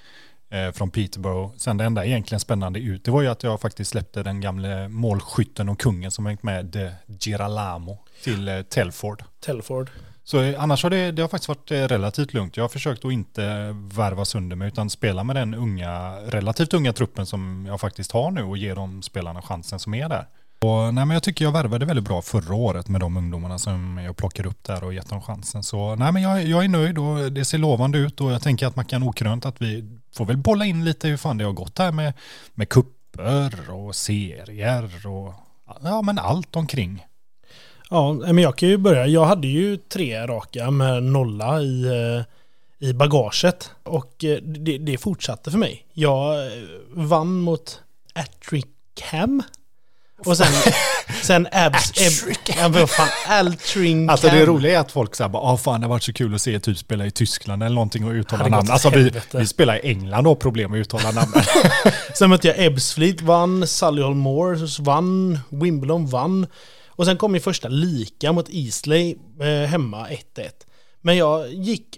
från Peterborough. Sen det enda egentligen spännande ut, det var ju att jag faktiskt släppte den gamla målskytten och kungen som hängt med Girolamo till Telford. Så annars har det har faktiskt varit relativt lugnt. Jag har försökt att inte värva sönder mig utan spela med den relativt unga truppen som jag faktiskt har nu och ge de spelarna chansen som är där. Och, men jag tycker jag värvade väldigt bra förra året med de ungdomarna som jag plockar upp där och gett dem chansen. Så men jag är nöjd och det ser lovande ut och jag tänker att man kan okrönt att vi får väl bolla in lite hur fan det har gått här med kupper och serier och men allt omkring.
Ja, men jag kan ju börja. Jag hade ju 3 raka med 0 i bagaget och det fortsatte för mig. Jag vann mot Attrickham och sen Altrincham.
Alltså det roliga är att folk säger fan det har varit så kul att se typ spela i Tyskland eller någonting och uttala namn. Alltså vi spelar i England och har problem med att uttala namnen.
Sen mötte jag Ebbsfleet, vann, Solihull Moors vann, Wimbledon vann. Och sen kom min första lika mot Eastleigh hemma 1-1. Men jag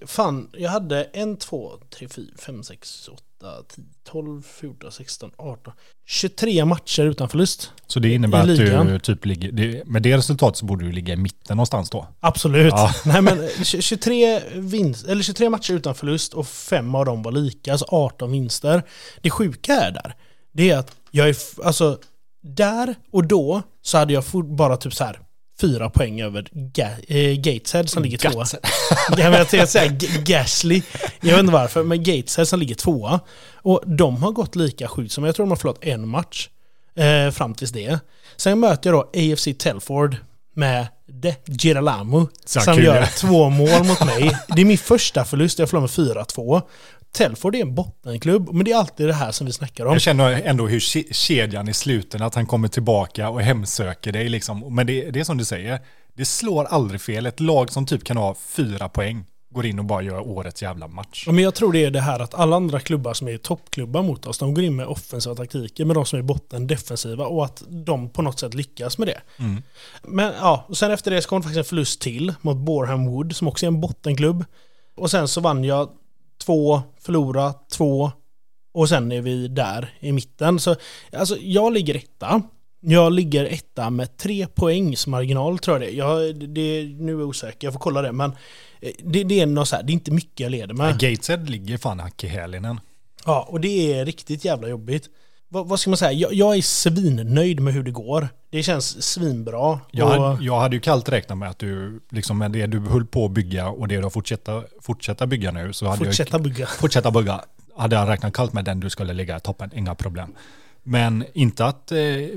hade 1, 2, 3, 4, 5, 6, 8, 10, 12, 14, 16, 18, 23 matcher utan förlust.
Så det innebär att du typ ligger, med det resultatet så borde du ligga i mitten någonstans då?
Absolut. Ja. Nej men 23 matcher utan förlust och 5 av dem var lika, alltså 18 vinster. Det sjuka är det är att jag är, alltså där och då så hade jag bara typ så här 4 poäng över Gateshead som ligger 2. Jag tänkte säga Gasly. Jag vet inte varför, men Gateshead som ligger 2. Och de har gått lika sjukt som jag tror de har förlorat en match fram tills det. Sen möter jag då AFC Telford med Girolamo som gör 2 mål mot mig. Det är min första förlust, jag förlorar med 4-2. Telford är en bottenklubb, men det är alltid det här som vi snackar om.
Jag känner ändå hur kedjan i sluten, att han kommer tillbaka och hemsöker dig liksom. Men det är som du säger, det slår aldrig fel. Ett lag som typ kan ha 4 poäng går in och bara gör årets jävla match.
Men jag tror det är det här att alla andra klubbar som är toppklubbar mot oss, de går in med offensiva taktiker, men de som är botten defensiva, och att de på något sätt lyckas med det. Mm. Men ja, och sen efter det så kom faktiskt en förlust till mot Boreham Wood som också är en bottenklubb. Och sen så vann jag 2, förlora 2 och sen är vi där i mitten. Så alltså jag ligger etta. Jag ligger etta med 3 poängs marginal tror jag det. Nu är jag osäker, jag får kolla det, men det är något så här, det är inte mycket jag leder med.
Gateshead ligger fan hack i hälinen.
Ja, och det är riktigt jävla jobbigt. Vad ska man säga? Jag är svinnöjd med hur det går. Det känns svinbra.
Jag hade ju kallt räknat med att du, liksom med det du höll på att bygga och det du har fortsätta bygga nu. Så hade fortsätta bygga. Hade jag räknat kallt med den du skulle ligga i toppen, inga problem. Men inte att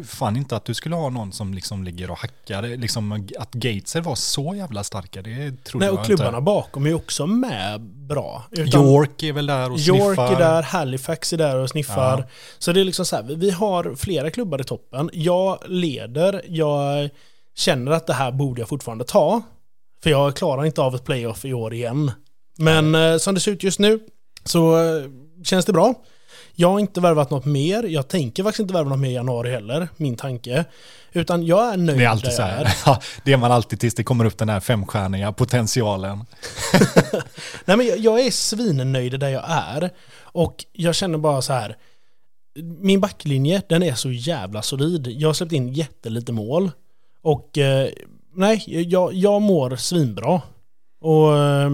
du skulle ha någon som liksom ligger och hackar. Liksom att Gateshead var så jävla starka, det trodde jag inte.
Och klubbarna bakom är också med bra.
York är väl där och sniffar.
York är där, Halifax är där och sniffar. Ja. Så det är liksom så här, vi har flera klubbar i toppen. Jag leder, jag känner att det här borde jag fortfarande ta. För jag klarar inte av ett playoff i år igen. Men som det ser ut just nu så känns det bra. Jag har inte värvat något mer. Jag tänker faktiskt inte värva något mer i januari heller, min tanke. Utan jag är nöjd.
Det är alltid så här. Ja, det är man alltid tills det kommer upp den här 5-stjärniga potentialen.
Nej, men jag är svinnöjd där jag är. Och jag känner bara så här. Min backlinje, den är så jävla solid. Jag har släppt in jättelite mål. Och jag mår svinbra. Och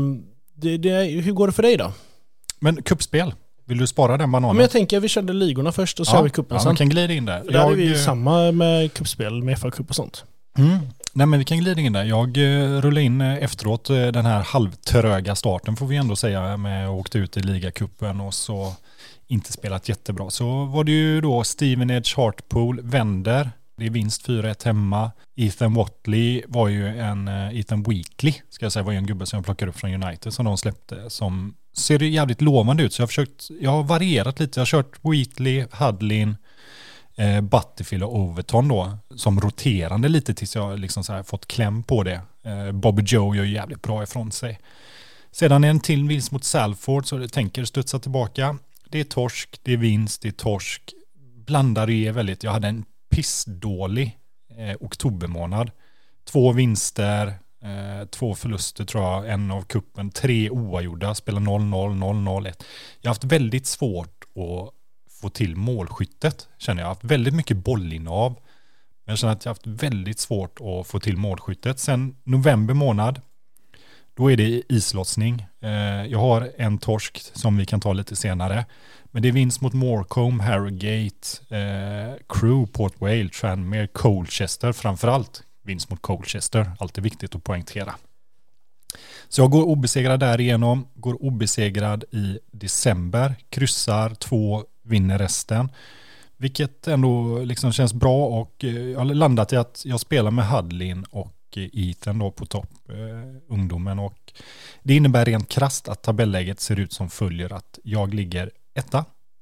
hur går det för dig då?
Men kuppspel. Vill du spara den bananen?
Men jag tänker att vi körde ligorna först och så har vi kuppen sen.
Ja, vi kan glida in där.
Där är vi samma med kuppspel, med FA-kupp och sånt.
Nej, men vi kan glida in där. Jag rullade in efteråt den här halvtröga starten får vi ändå säga, med att åkte ut i ligakuppen och så inte spelat jättebra. Så var det ju då Stevenage Hartpool vänder. Det är vinst 4-1 hemma. Ethan Watley var ju Ethan Weekly, ska jag säga, var ju en gubbe som jag plockade upp från United som de släppte, som ser jävligt lovande ut. Så jag har varierat lite. Jag har kört Wheatley, Hudlin, Butterfield och Overton då, som roterande lite tills jag liksom så här fått kläm på det. Bobby Joe gör jävligt bra ifrån sig. Sedan en till vinst mot Salford, så jag tänker studsa tillbaka. Det är torsk, det är vinst, det är torsk. Blandar är väldigt. Jag hade en pissdålig oktobermånad. 2 vinster, 2 förluster tror jag, en av kuppen, 3 oavgjorda, spelar 0-0, 0-0-1. Jag har haft väldigt svårt att få till målskyttet, känner jag. Jag har haft väldigt mycket bollinnehav. Men jag känner att jag har haft väldigt svårt att få till målskyttet. Sen november månad, då är det islossning. Jag har en torsk som vi kan ta lite senare. Men det är vinst mot Morecambe, Harrogate, Crewe, Port Vale, Tranmere, Colchester framförallt. Vinst mot Colchester, alltid viktigt att poängtera. Så jag går obesegrad därigenom, går obesegrad i december, kryssar 2, vinner resten. Vilket ändå liksom känns bra, och jag har landat i att jag spelar med Hudlin och Ethan då på topp, ungdomen, och det innebär rent krasst att tabelläget ser ut som följer att jag ligger 1,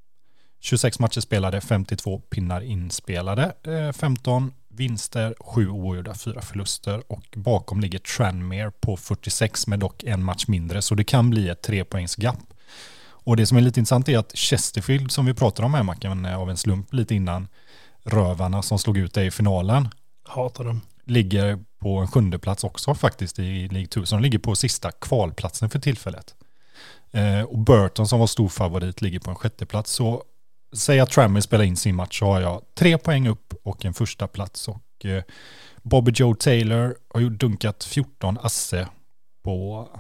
26 matcher spelade, 52 pinnar inspelade, 15 vinster, 7 oavgjorda, 4 förluster, och bakom ligger Tranmere på 46 med dock en match mindre, så det kan bli ett 3-poängsgap. Och det som är lite intressant är att Chesterfield, som vi pratade om här, Macken, av en slump lite innan, rövarna som slog ut det i finalen,
hatar dem,
ligger på en 7:e plats också faktiskt i League 2, så de ligger på sista kvalplatsen för tillfället. Och Burton, som var stor favorit, ligger på en 6:e plats. Så säg att Tranmere spelar in sin match, så har jag 3 poäng upp och en 1:a plats. Och Bobby Joe Taylor har ju dunkat 14 asse på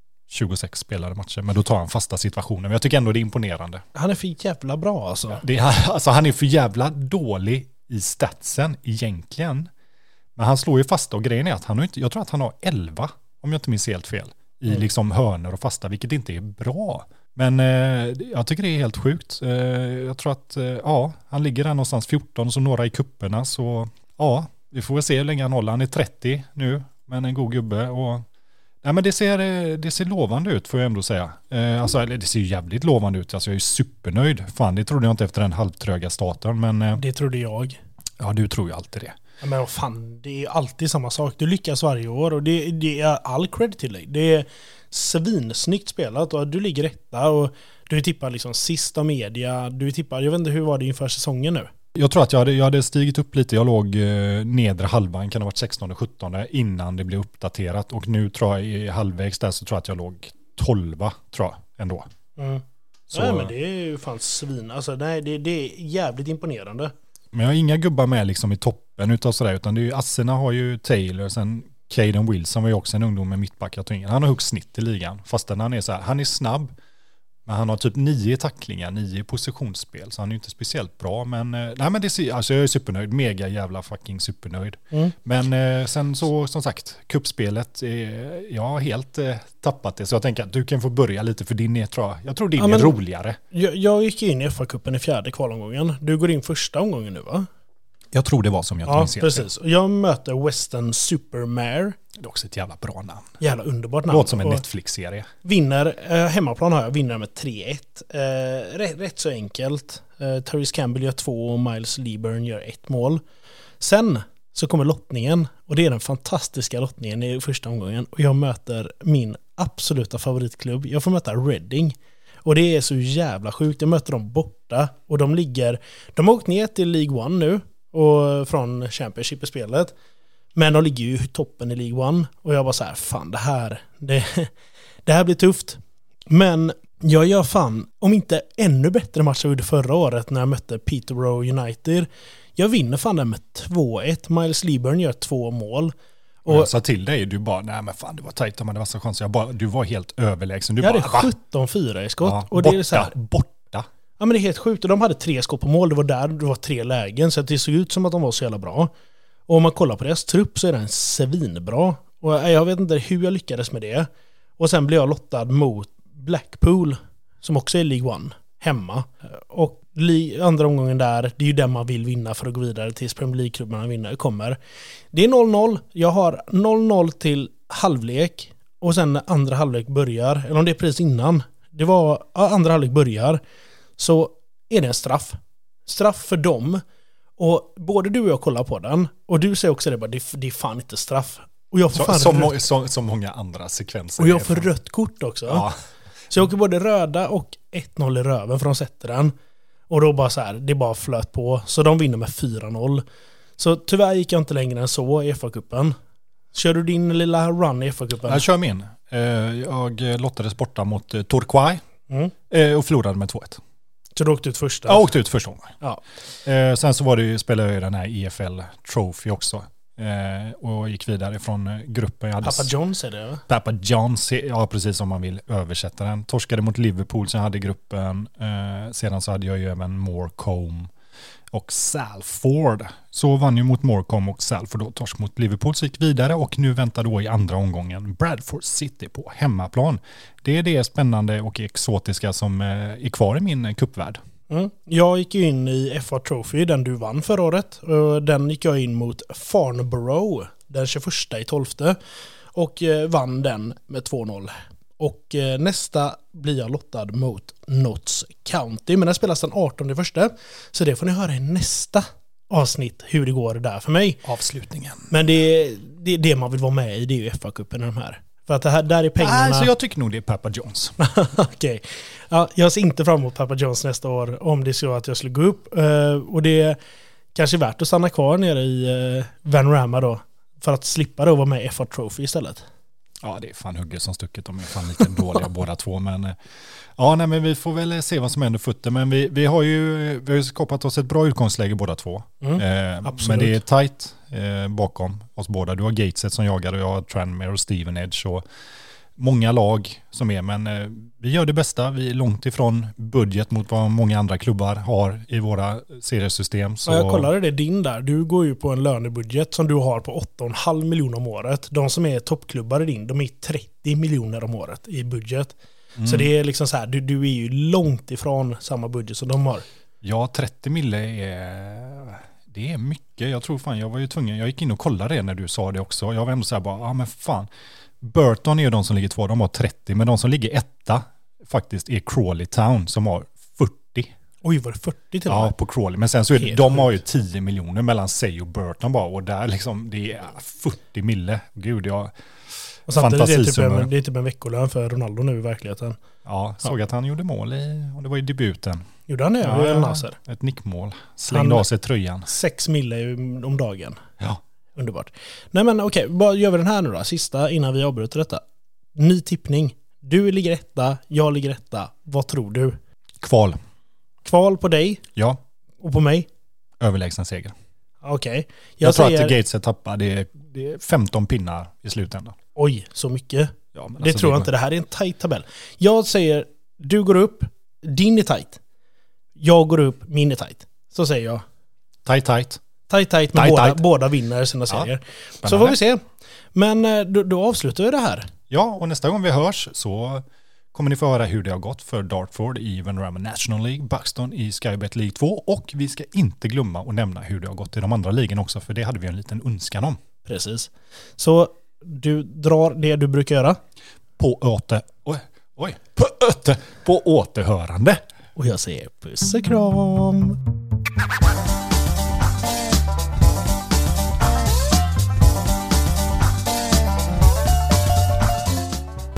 26 spelade matcher, men då tar han fasta situationer. Men jag tycker ändå det är imponerande.
Han är för jävla bra alltså.
Alltså han är för jävla dålig i statsen egentligen. Men han slår ju fasta, och grejen är att han har inte, jag tror att han har 11, om jag inte minns helt fel, i liksom hörnor och fasta, vilket inte är bra. Men jag tycker det är helt sjukt. Jag tror att han ligger där någonstans 14, så några i kupperna, så vi får väl se hur länge han håller. Han är 30 nu, men en god gubbe, och nej, men det ser lovande ut, får jag ändå säga. Alltså, det ser ju jävligt lovande ut. Alltså, jag är supernöjd. Fan, det trodde jag inte efter den halvtröga starten, men
det trodde jag.
Ja, du tror ju alltid det.
Ja, men vad fan, det är alltid samma sak. Du lyckas varje år, och det är all credit till dig. Det är svinsnyggt spelat, och du ligger 1, och du tippar liksom sista media. Du tippar, jag vet inte, hur var det inför säsongen nu?
Jag tror att jag hade stigit upp lite. Jag låg nedre halvan, kan ha varit 16-17 innan det blev uppdaterat. Och nu tror jag i halvvägs där, så tror jag att jag låg 12, tror jag ändå.
Mm.
Så,
nej, men det är ju fan svin. Alltså, nej, det är jävligt imponerande.
Men jag har inga gubbar med liksom i toppen utav sådär, utan det är ju, asserna har ju Taylor, sen Caden Wilson var ju också en ungdom med mittback. Han har högst snitt i ligan, fast han är så här, han är snabb, men han har typ 9 tacklingar, 9 positionsspel, så han är ju inte speciellt bra. Men nej, men det, alltså jag är supernöjd, mega jävla fucking supernöjd. Men sen så, som sagt, kuppspelet, jag har helt tappat det, så jag tänker att du kan få börja lite, för din är, jag tror din är roligare.
Jag gick in i FA-cupen i 4:e kvalomgången. Du går in första omgången nu, va?
Jag tror det var som jag minns.
Ja, precis. Jag möter Western Supermare.
Det är också ett jävla bra namn.
Jävla underbart namn.
Låter som en Netflix-serie.
Vinner, hemmaplan har jag, vinner med 3-1. Rätt så enkelt. Tyrese Campbell gör 2 och Miles Leburn gör 1 mål. Sen så kommer lottningen, och det är den fantastiska lottningen i första omgången. Och jag möter min absoluta favoritklubb. Jag får möta Reading. Och det är så jävla sjukt. Jag möter dem borta, och de har åkt ner till League One nu, och från Championship i spelet. Men de ligger ju i toppen i League One. Och jag var så här, fan, det här blir tufft. Men jag gör fan, om inte ännu bättre match jag gjorde förra året när jag mötte Peterborough United. Jag vinner fan den med 2-1. Miles Leburn gör 2 mål.
Och jag sa till dig, du bara, nej men fan, det var tajt, men det var så chanser. Du var helt överlägsen.
Jag hade 17-4 i skott.
Ja,
och
borta,
det är så här,
borta.
Ja, men det är helt sjukt. Och de hade 3 skott på mål. Det var 3 lägen. Så det såg ut som att de var så jävla bra. Och om man kollar på deras trupp så är den svinbra. Och jag vet inte hur jag lyckades med det. Och sen blev jag lottad mot Blackpool, som också är League One, hemma. Och andra omgången där, det är ju den man vill vinna för att gå vidare tills Premier League-klubbarna kommer. Det är 0-0. Jag har 0-0 till halvlek. Och sen när andra halvlek börjar, eller om det är precis innan, andra halvlek börjar, så är det en straff. Straff för dem. Och både du och jag kollar på den, och du säger också det är fan inte straff. Och jag får
som många andra sekvenser.
Och jag får rött kort också.
Ja.
Så jag åker både röda och 1-0 i röven, för de sätter den. Och då bara så här, det bara flöt på. Så de vinner med 4-0. Så tyvärr gick jag inte längre än så i FA-cupen. Kör du din lilla run i FA-cupen?
Jag kör min. Jag lottades borta mot Torquay och förlorade med 2-1.
Så du åkte ut första?
Jag åkte ut första gången.
Ja.
Sen så var det ju, spelade jag den här EFL Trophy också. Och gick vidare från gruppen.
Papa John's är det, va?
Papa John's, ja precis, om man vill översätta den. Torskade mot Liverpool som jag hade i gruppen. Sedan så hade jag ju även Morecambe och Salford. Så vann ju mot Morecambe och Salford då, torsk mot Liverpool, så gick vidare och nu väntar då i andra omgången Bradford City på hemmaplan. Det är det spännande och exotiska som är kvar i min cupvärld.
Jag gick ju in i FA Trophy, den du vann förra året. Den gick jag in mot Farnborough den 21/12 och vann den med 2-0. Och nästa blir jag lottad mot Notts County, men den spelas den 18/1. Så det får ni höra i nästa avsnitt hur det går där för mig.
Avslutningen.
Men det man vill vara med i, det är ju FA-cupen de här. För att det här, där är pengarna...
Alltså jag tycker nog det är Papa John's.
Okej. Ja, jag ser inte fram emot Papa John's nästa år om det är så att jag skulle gå upp. Och det är kanske värt att stanna kvar nere i Vanrama då. För att slippa då vara med i FA Trophy istället.
Ja, det är fan hugget som stucket. De är fan lite dåliga båda två. Men ja, nej, men vi får väl se vad som händer fötter. Men vi har ju skapat oss ett bra utgångsläge båda två. Men det är tajt bakom oss båda. Du har Gateshead som jagar och jag har Tranmere och Stevenage och många lag som är. Men vi gör det bästa. Vi är långt ifrån budget mot vad många andra klubbar har i våra seriesystem. Så... Ja,
jag kollade det din där. Du går ju på en lönebudget som du har på 8,5 miljoner om året. De som är toppklubbar i din, de är 30 miljoner om året i budget. Så det är liksom så här, du är ju långt ifrån samma budget som de har.
Ja, 30 mille det är mycket. Jag tror fan, jag var ju tvungen. Jag gick in och kollade det när du sa det också. Jag var ändå så här bara, men fan. Burton är ju de som ligger 2, de har 30. Men de som ligger 1 faktiskt är Crawley Town som har 40.
Oj, var det 40 till?
Ja, på Crawley. Men sen så är det, de har ju 10 miljoner mellan sig och Burton bara. Och där liksom, det är 40 mille. Gud, jag...
Och samtidigt det är typ en veckolön för Ronaldo nu i verkligheten.
Ja, såg att han gjorde mål och det var i debuten.
Gjorde han det?
Ja, ett nickmål. Slängde av sig tröjan.
6 mille om dagen.
Ja.
Underbart. Nej men okej, vad gör vi den här nu då? Sista innan vi avbryter detta. Ny tippning. Du ligger 1, jag ligger 1. Vad tror du?
Kval.
Kval på dig?
Ja.
Och på mig?
Överlägsen seger.
Okej.
Jag tror att Gateshead tappar. Det är 15 pinnar i slutändan.
Oj, så mycket?
Ja, men
det tror jag inte. Det här är en tajt tabell. Jag säger, du går upp, din är tajt. Jag går upp, min är tajt. Så säger jag.
Tajt.
Tajt, men båda vinner sina serier. Ja, så får vi se. Men då avslutar vi det här.
Ja, och nästa gång vi hörs så kommer ni få höra hur det har gått för Dartford i Vanrama National League, Buxton i Skybet League 2 och vi ska inte glömma att nämna hur det har gått i de andra ligen också, för det hade vi en liten önskan om.
Precis. Så du drar det du brukar göra.
På återhörande.
Och jag säger puss och kram.